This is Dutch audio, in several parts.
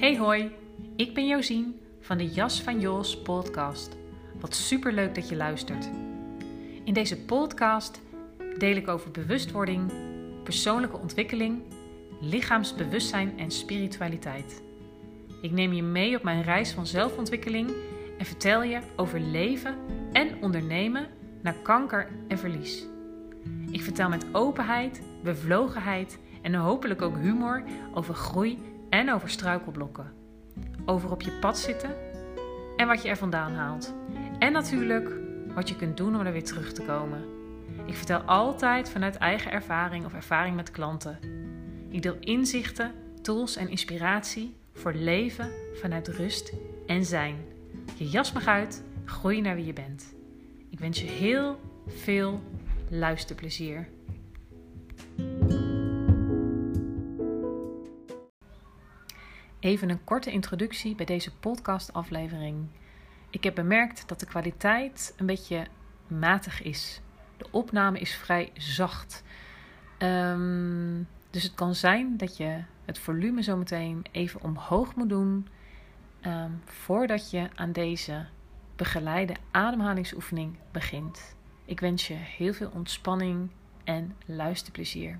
Hey hoi, ik ben Josien van de Jas van Jos podcast. Wat superleuk dat je luistert. In deze podcast deel ik over bewustwording, persoonlijke ontwikkeling, lichaamsbewustzijn en spiritualiteit. Ik neem je mee op mijn reis van zelfontwikkeling en vertel je over leven en ondernemen na kanker en verlies. Ik vertel met openheid, bevlogenheid en hopelijk ook humor over groei en over struikelblokken. Over op je pad zitten en wat je er vandaan haalt. En natuurlijk wat je kunt doen om er weer terug te komen. Ik vertel altijd vanuit eigen ervaring of ervaring met klanten. Ik deel inzichten, tools en inspiratie voor leven vanuit rust en zijn. Je jas mag uit, groei naar wie je bent. Ik wens je heel veel luisterplezier. Even een korte introductie bij deze podcastaflevering. Ik heb bemerkt dat de kwaliteit een beetje matig is. De opname is vrij zacht. Dus het kan zijn dat je het volume zo meteen even omhoog moet doen voordat je aan deze begeleide ademhalingsoefening begint. Ik wens je heel veel ontspanning en luisterplezier.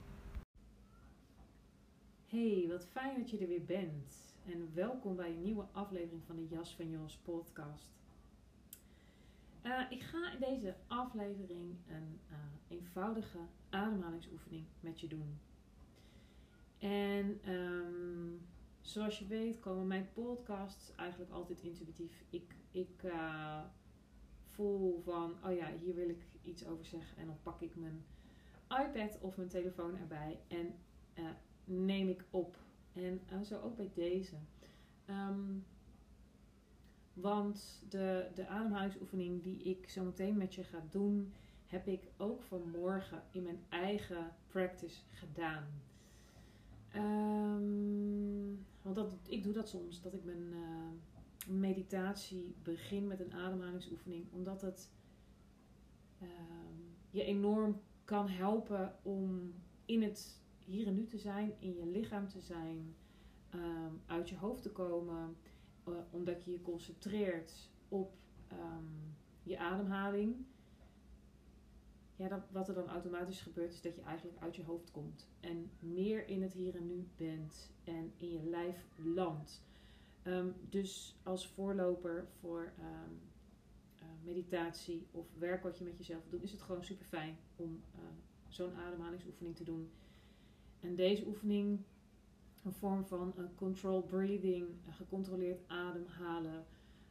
Hey, wat fijn dat je er weer bent. En welkom bij een nieuwe aflevering van de Jas van Jos podcast. Ik ga in deze aflevering een eenvoudige ademhalingsoefening met je doen. En zoals je weet komen mijn podcasts eigenlijk altijd intuïtief. Ik voel van, oh ja, hier wil ik iets over zeggen. En dan pak ik mijn iPad of mijn telefoon erbij en neem ik op. En zo ook bij deze. Want de ademhalingsoefening die ik zo meteen met je ga doen, heb ik ook vanmorgen in mijn eigen practice gedaan. Want ik doe dat soms, dat ik mijn meditatie begin met een ademhalingsoefening. Omdat het je enorm kan helpen om in het hier en nu te zijn, in je lichaam te zijn, uit je hoofd te komen, omdat je je concentreert op je ademhaling. Ja, wat er dan automatisch gebeurt is dat je eigenlijk uit je hoofd komt en meer in het hier en nu bent en in je lijf landt. Dus als voorloper voor meditatie of werk wat je met jezelf doet, is het gewoon super fijn om zo'n ademhalingsoefening te doen. En deze oefening, een vorm van control breathing, gecontroleerd ademhalen.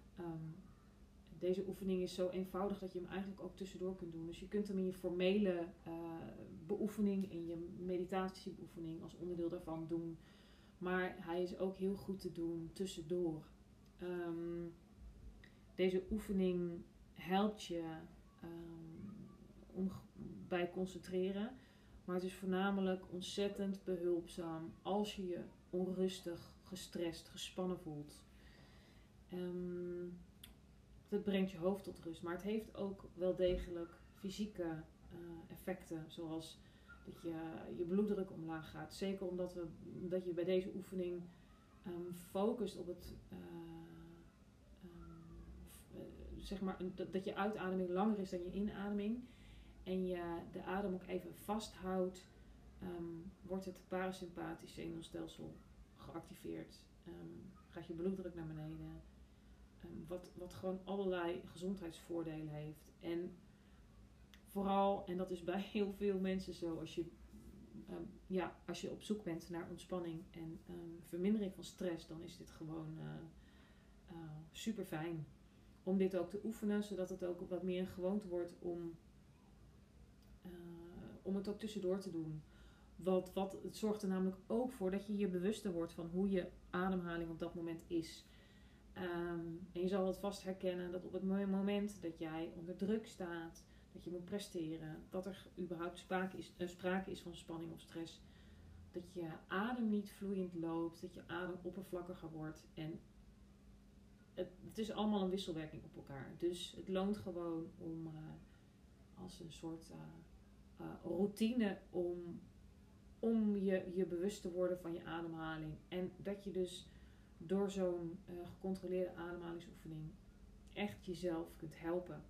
Deze oefening is zo eenvoudig dat je hem eigenlijk ook tussendoor kunt doen. Dus je kunt hem in je formele beoefening, in je meditatiebeoefening als onderdeel daarvan doen. Maar hij is ook heel goed te doen tussendoor. Deze oefening helpt je bij concentreren. Maar het is voornamelijk ontzettend behulpzaam als je je onrustig, gestrest, gespannen voelt. Het brengt je hoofd tot rust. Maar het heeft ook wel degelijk fysieke effecten. Zoals dat je bloeddruk omlaag gaat. Zeker omdat je bij deze oefening focust op het... zeg maar dat je uitademing langer is dan je inademing. En je de adem ook even vasthoudt, wordt het parasympathisch zenuwstelsel geactiveerd. Gaat je bloeddruk naar beneden. Wat gewoon allerlei gezondheidsvoordelen heeft. En vooral, en dat is bij heel veel mensen zo, als je op zoek bent naar ontspanning en vermindering van stress, dan is dit gewoon super fijn om dit ook te oefenen, zodat het ook wat meer een gewoonte wordt om het ook tussendoor te doen. Het zorgt er namelijk ook voor dat je je bewuster wordt van hoe je ademhaling op dat moment is. En je zal het vast herkennen dat op het moment dat jij onder druk staat, dat je moet presteren, dat er überhaupt sprake is van spanning of stress. Dat je adem niet vloeiend loopt, dat je adem oppervlakkiger wordt. En het is allemaal een wisselwerking op elkaar. Dus het loont gewoon om als een soort routine om je bewust te worden van je ademhaling. En dat je dus door zo'n gecontroleerde ademhalingsoefening echt jezelf kunt helpen.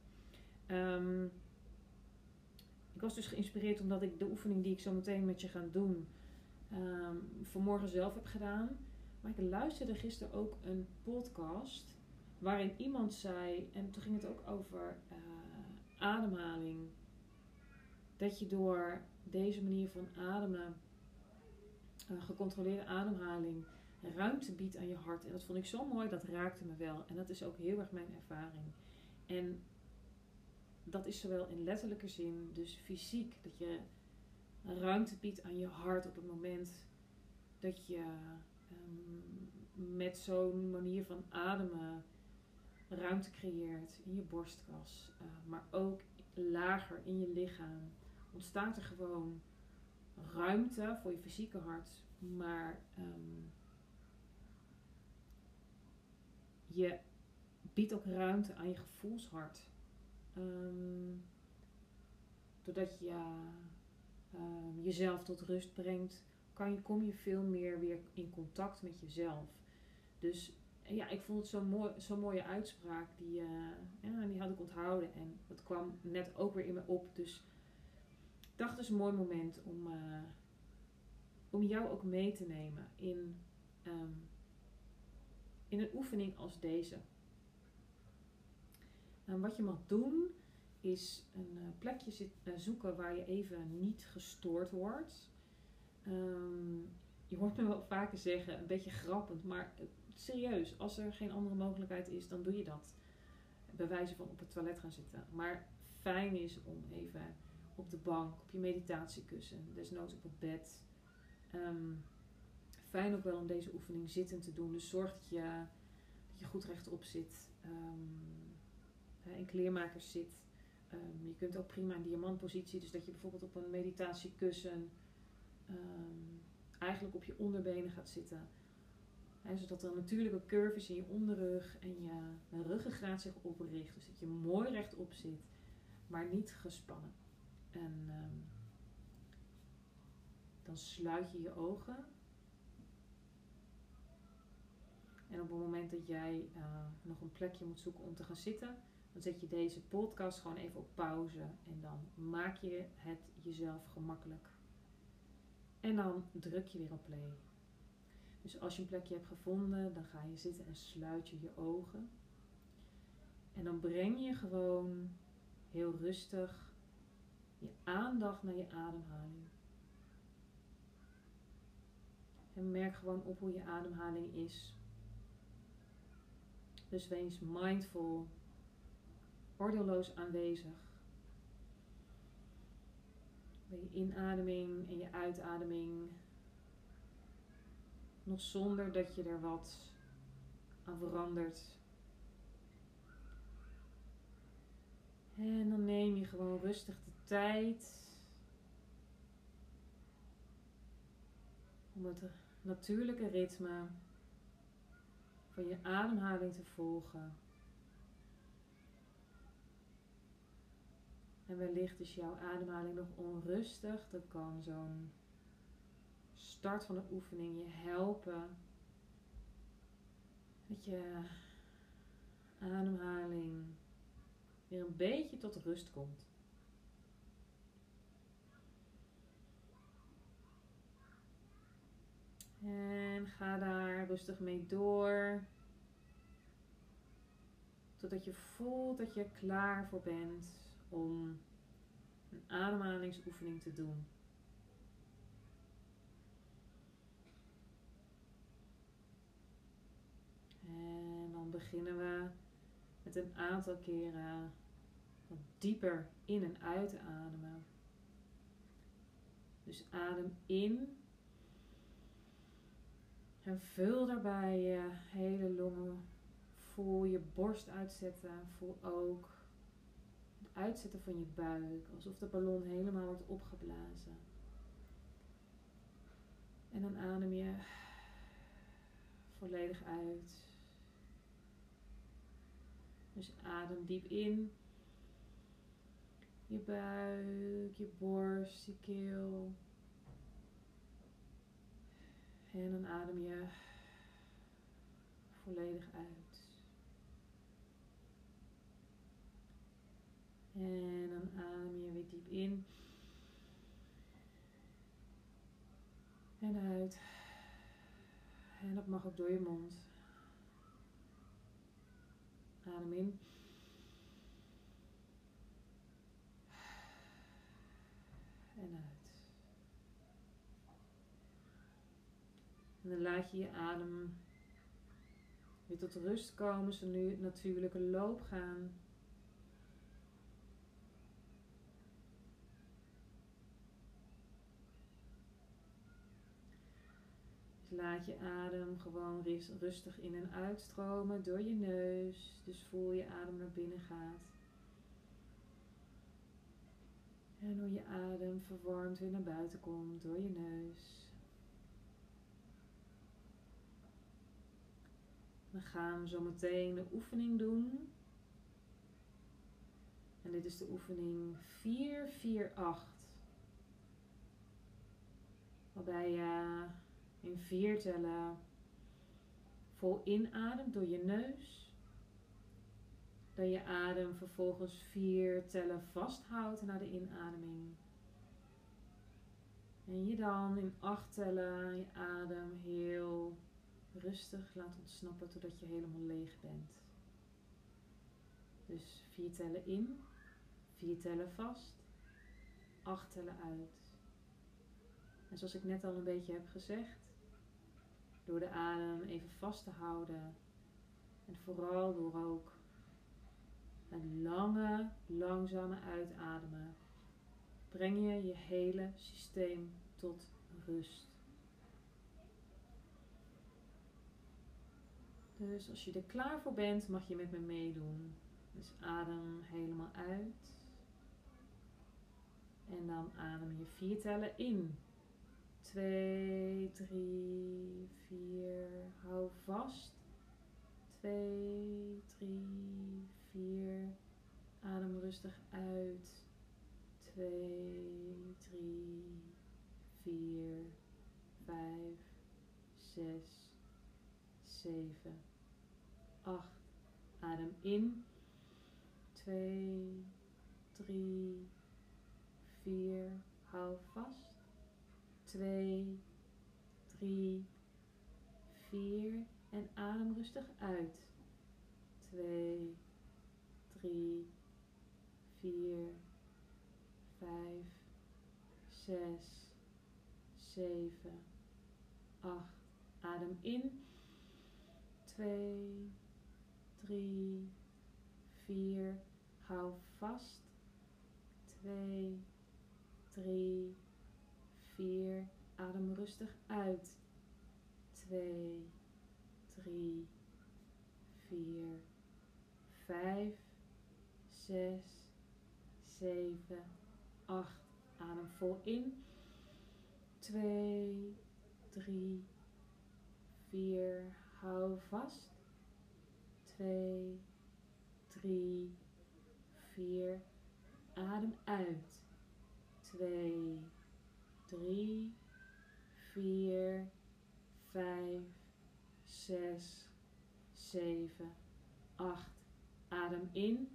Ik was dus geïnspireerd omdat ik de oefening die ik zo meteen met je ga doen vanmorgen zelf heb gedaan. Maar ik luisterde gisteren ook een podcast waarin iemand zei, en toen ging het ook over ademhaling, dat je door deze manier van ademen, gecontroleerde ademhaling, ruimte biedt aan je hart. En dat vond ik zo mooi, dat raakte me wel. En dat is ook heel erg mijn ervaring. En dat is zowel in letterlijke zin, dus fysiek, dat je ruimte biedt aan je hart op het moment dat je met zo'n manier van ademen ruimte creëert in je borstkas, maar ook lager in je lichaam. Ontstaat er gewoon ruimte voor je fysieke hart, maar je biedt ook ruimte aan je gevoelshart. Doordat je jezelf tot rust brengt, kom je veel meer weer in contact met jezelf. Dus ja, ik vond het zo'n mooie uitspraak. Die had ik onthouden. En dat kwam net ook weer in me op. Dus ik dacht, het is een mooi moment om jou ook mee te nemen in een oefening als deze. En wat je mag doen is een plekje zoeken waar je even niet gestoord wordt. Je hoort me wel vaker zeggen, een beetje grappend, maar serieus, als er geen andere mogelijkheid is, dan doe je dat. Bij wijze van op het toilet gaan zitten. Maar fijn is om even op de bank, op je meditatiekussen, desnoods op het bed. Fijn ook wel om deze oefening zittend te doen. Dus zorg dat je goed rechtop zit. In kleermakers zit. Je kunt ook prima in diamantpositie, dus dat je bijvoorbeeld op een meditatiekussen eigenlijk op je onderbenen gaat zitten. Zodat er een natuurlijke curve is in je onderrug en je ruggengraat zich opricht. Dus dat je mooi rechtop zit, maar niet gespannen. En dan sluit je je ogen. En op het moment dat jij nog een plekje moet zoeken om te gaan zitten, dan zet je deze podcast gewoon even op pauze en dan maak je het jezelf gemakkelijk. En dan druk je weer op play. Dus als je een plekje hebt gevonden, dan ga je zitten en sluit je je ogen. En dan breng je gewoon heel rustig je aandacht naar je ademhaling. En merk gewoon op hoe je ademhaling is. Dus wees mindful, oordeelloos aanwezig. Bij je inademing en je uitademing. Nog zonder dat je er wat aan verandert. En dan neem je gewoon rustig de tijd om het natuurlijke ritme van je ademhaling te volgen. En wellicht is jouw ademhaling nog onrustig. Dan kan zo'n start van de oefening je helpen. Dat je ademhaling weer een beetje tot rust komt. En ga daar rustig mee door. Totdat je voelt dat je er klaar voor bent om een ademhalingsoefening te doen. En dan beginnen we met een aantal keren wat dieper in en uit te ademen. Dus adem in. En vul daarbij je hele longen. Voel je borst uitzetten. Voel ook het uitzetten van je buik. Alsof de ballon helemaal wordt opgeblazen. En dan adem je volledig uit. Dus adem diep in. Je buik, je borst, je keel. En dan adem je volledig uit. En dan adem je weer diep in. En uit. En dat mag ook door je mond. Adem in. En uit. En dan laat je je adem weer tot rust komen, zo nu natuurlijke loop gaan. Dus laat je adem gewoon rustig in en uitstromen door je neus. Dus voel je adem naar binnen gaat. En hoe je adem verwarmd weer naar buiten komt door je neus. Dan gaan we zo meteen de oefening doen. En dit is de oefening 4-4-8. Waarbij je in 4 tellen vol inademt door je neus. Dat je adem vervolgens 4 tellen vasthoudt na de inademing. En je dan in 8 tellen je adem heel rustig laat ontsnappen totdat je helemaal leeg bent. Dus 4 tellen in, 4 tellen vast, 8 tellen uit. En zoals ik net al een beetje heb gezegd, door de adem even vast te houden en vooral door ook het lange, langzame uitademen, breng je je hele systeem tot rust. Dus als je er klaar voor bent, mag je met me meedoen. Dus adem helemaal uit. En dan adem je 4 tellen in. 2, 3, 4. Hou vast. 2, 3, 4. Adem rustig uit. 2, 3, 4, 5, 6, 7, 8. Adem in. 2, 3, 4. Hou vast. 2, 3, 4. En adem rustig uit. 2, 3, 4, 5, 6, 7, 8. Adem in. 2, 3, 4. Hou vast. 2, 3, 4. Adem rustig uit. 2, 3, 4, 5, 6, 7, 8. Adem vol in. 2, 3, 4. Hou vast. 2, 3, 4. Adem uit. 2, 3, 4, 5, 6, 7, 8. Adem in.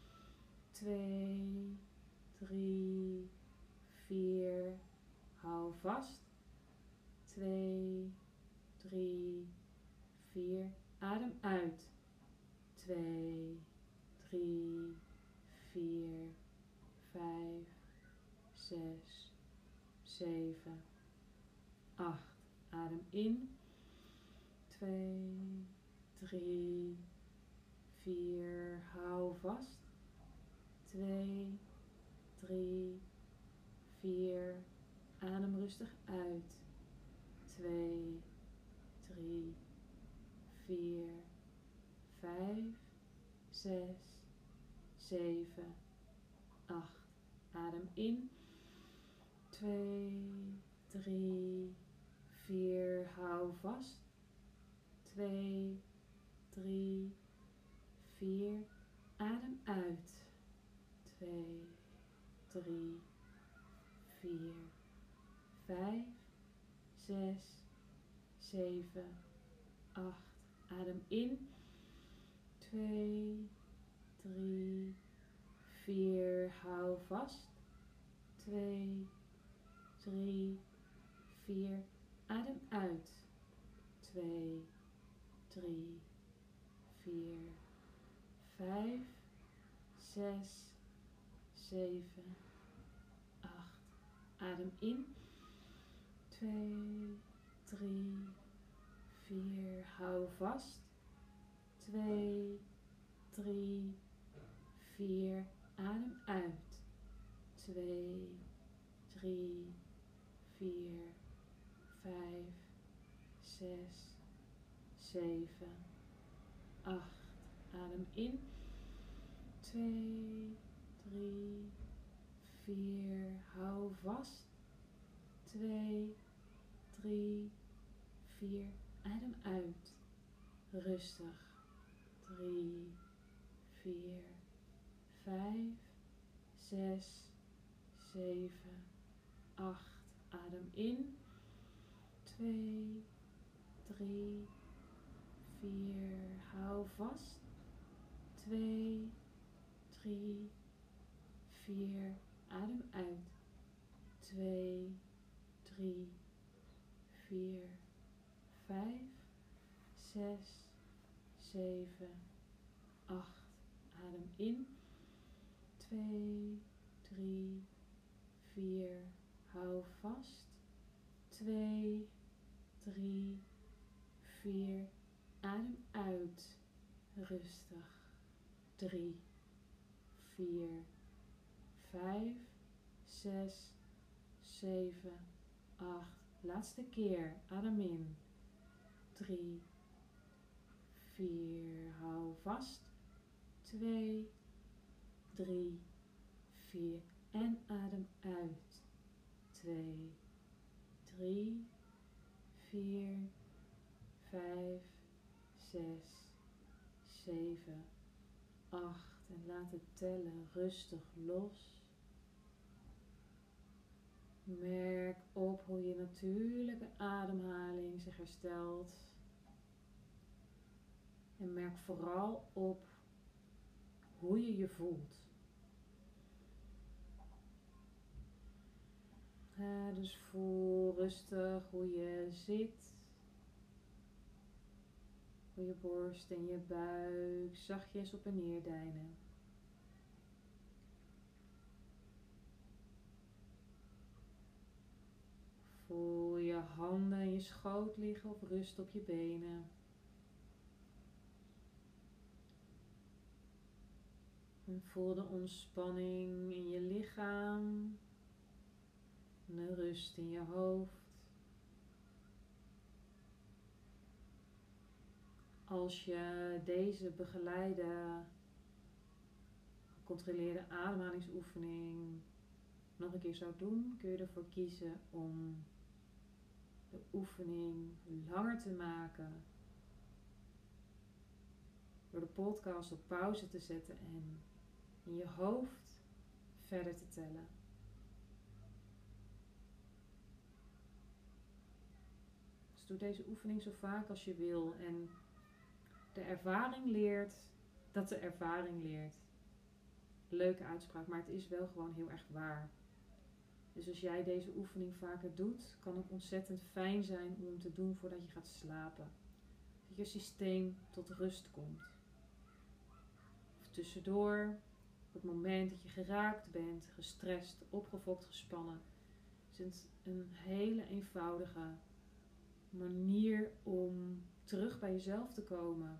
2, 3, 4. Hou vast. 2, 3, 4. Adem uit. 2, 3, 4, 5, 6, 7, 8. Adem in. 2, 3, 4. Hou vast. 2, 3, 4. Adem rustig uit. 2, 3, 4, 5, 6, 7, 8. Adem in. 2, 3, 4. Hou vast. 2, 3, 4. Adem uit. 2, 3, 4, 5, 6, 7, 8. Adem in. 2, 3, 4. Hou vast. 2, 3, 4. Adem uit. 2, 3, 4, 5, 6, 7, 8. Adem in. 2, 3, 4. Hou vast. 2, 3, 4. Adem uit. 2, 3, 4, 5, 6, 7, 8. Adem in. 2, 3, 4. Hou vast. 2, 3, 4. Adem uit. Rustig. 3, 4, 5, 6, 7, 8. Adem in. 2, 3, 4. Hou vast. 2, 3, 4. Adem uit. 2, 3, 4, 5, 6, 7, 8. Adem in. 2, 3, 4. Hou vast. 2, 3, 4. Adem uit. Rustig. 3, 4, 5, 6, 7, 8. Laatste keer. Adem in. 3, 4. Hou vast. 2, 3, 4. En adem uit. 2, 3, 4, 5, 6, 7, 8. En laat het tellen rustig los. Merk op hoe je natuurlijke ademhaling zich herstelt. En merk vooral op hoe je je voelt. Dus voel rustig hoe je zit. Hoe je borst en je buik zachtjes op en neer deinen. Voel je handen in je schoot liggen of rust op je benen. En voel de ontspanning in je lichaam. En de rust in je hoofd. Als je deze begeleide, gecontroleerde ademhalingsoefening nog een keer zou doen, kun je ervoor kiezen om de oefening langer te maken. Door de podcast op pauze te zetten en in je hoofd verder te tellen. Dus doe deze oefening zo vaak als je wil. En de ervaring leert dat de ervaring leert. Leuke uitspraak, maar het is wel gewoon heel erg waar. Dus als jij deze oefening vaker doet, kan het ontzettend fijn zijn om te doen voordat je gaat slapen. Dat je systeem tot rust komt. Of tussendoor, op het moment dat je geraakt bent, gestrest, opgefokt, gespannen. Het is een hele eenvoudige manier om terug bij jezelf te komen.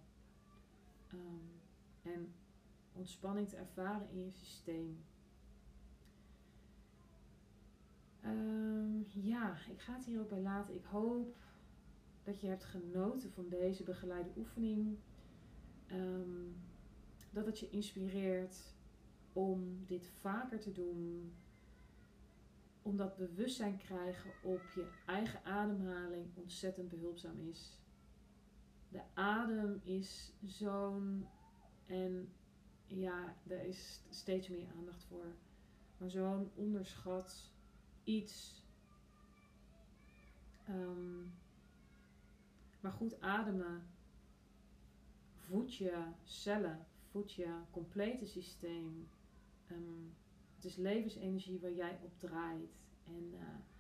En ontspanning te ervaren in je systeem. Ik ga het hier ook bij laten. Ik hoop dat je hebt genoten van deze begeleide oefening. Dat het je inspireert om dit vaker te doen. Omdat bewustzijn krijgen op je eigen ademhaling ontzettend behulpzaam is. De adem is zo'n, en ja, daar is steeds meer aandacht voor, maar zo'n onderschat iets. Maar goed ademen voedt je cellen, voedt je complete systeem. Het is levensenergie waar jij op draait. En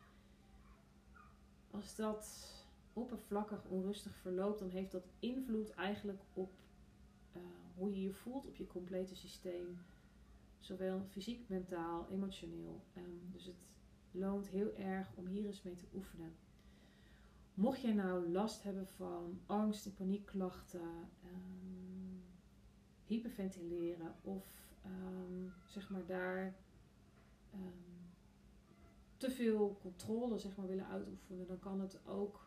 als dat oppervlakkig onrustig verloopt, dan heeft dat invloed eigenlijk op hoe je je voelt, op je complete systeem. Zowel fysiek, mentaal, emotioneel. Dus het loont heel erg om hier eens mee te oefenen. Mocht jij nou last hebben van angst- en paniekklachten, hyperventileren of zeg maar daar te veel controle zeg maar willen uitoefenen, dan kan het ook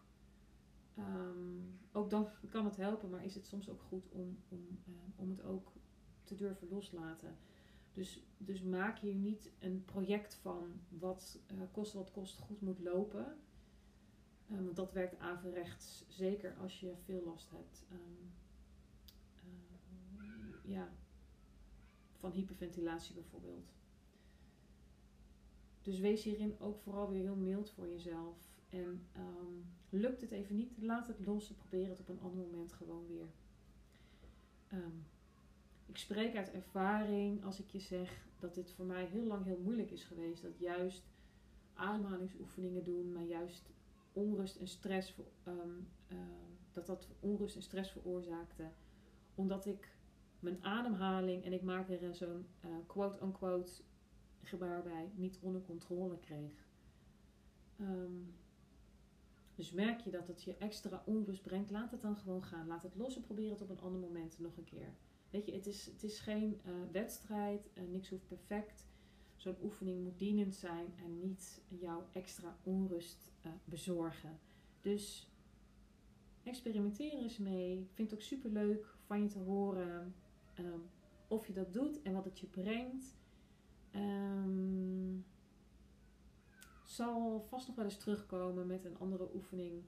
dan kan het helpen, maar is het soms ook goed om het ook te durven loslaten. Dus maak hier niet een project van wat kost goed moet lopen. Want dat werkt averechts, zeker als je veel last hebt van hyperventilatie bijvoorbeeld. Dus wees hierin ook vooral weer heel mild voor jezelf. En lukt het even niet, laat het los en probeer het op een ander moment gewoon weer. Ik spreek uit ervaring als ik je zeg dat dit voor mij heel lang heel moeilijk is geweest. Dat juist ademhalingsoefeningen doen, maar juist onrust en stress, dat onrust en stress veroorzaakte. Omdat ik mijn ademhaling, en ik maak er zo'n quote-unquote gebaar bij, niet onder controle kreeg. Dus merk je dat het je extra onrust brengt, laat het dan gewoon gaan. Laat het los en probeer het op een ander moment nog een keer. Weet je, het is geen wedstrijd, niks hoeft perfect. Zo'n oefening moet dienend zijn en niet jouw extra onrust bezorgen. Dus experimenteer er eens mee. Ik vind het ook super leuk van je te horen of je dat doet en wat het je brengt. Zal vast nog wel eens terugkomen met een andere oefening.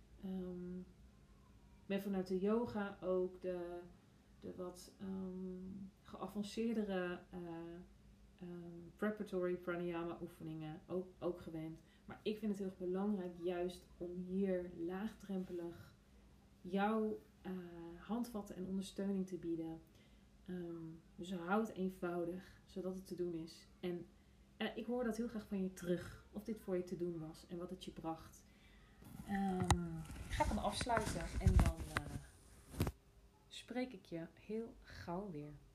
Ben vanuit de yoga ook de wat geavanceerdere preparatory pranayama oefeningen ook gewend. Maar ik vind het heel erg belangrijk juist om hier laagdrempelig jouw handvatten en ondersteuning te bieden. Dus houd het eenvoudig, zodat het te doen is. En ik hoor dat heel graag van je terug. Of dit voor je te doen was en wat het je bracht. Ik ga dan afsluiten en dan spreek ik je heel gauw weer.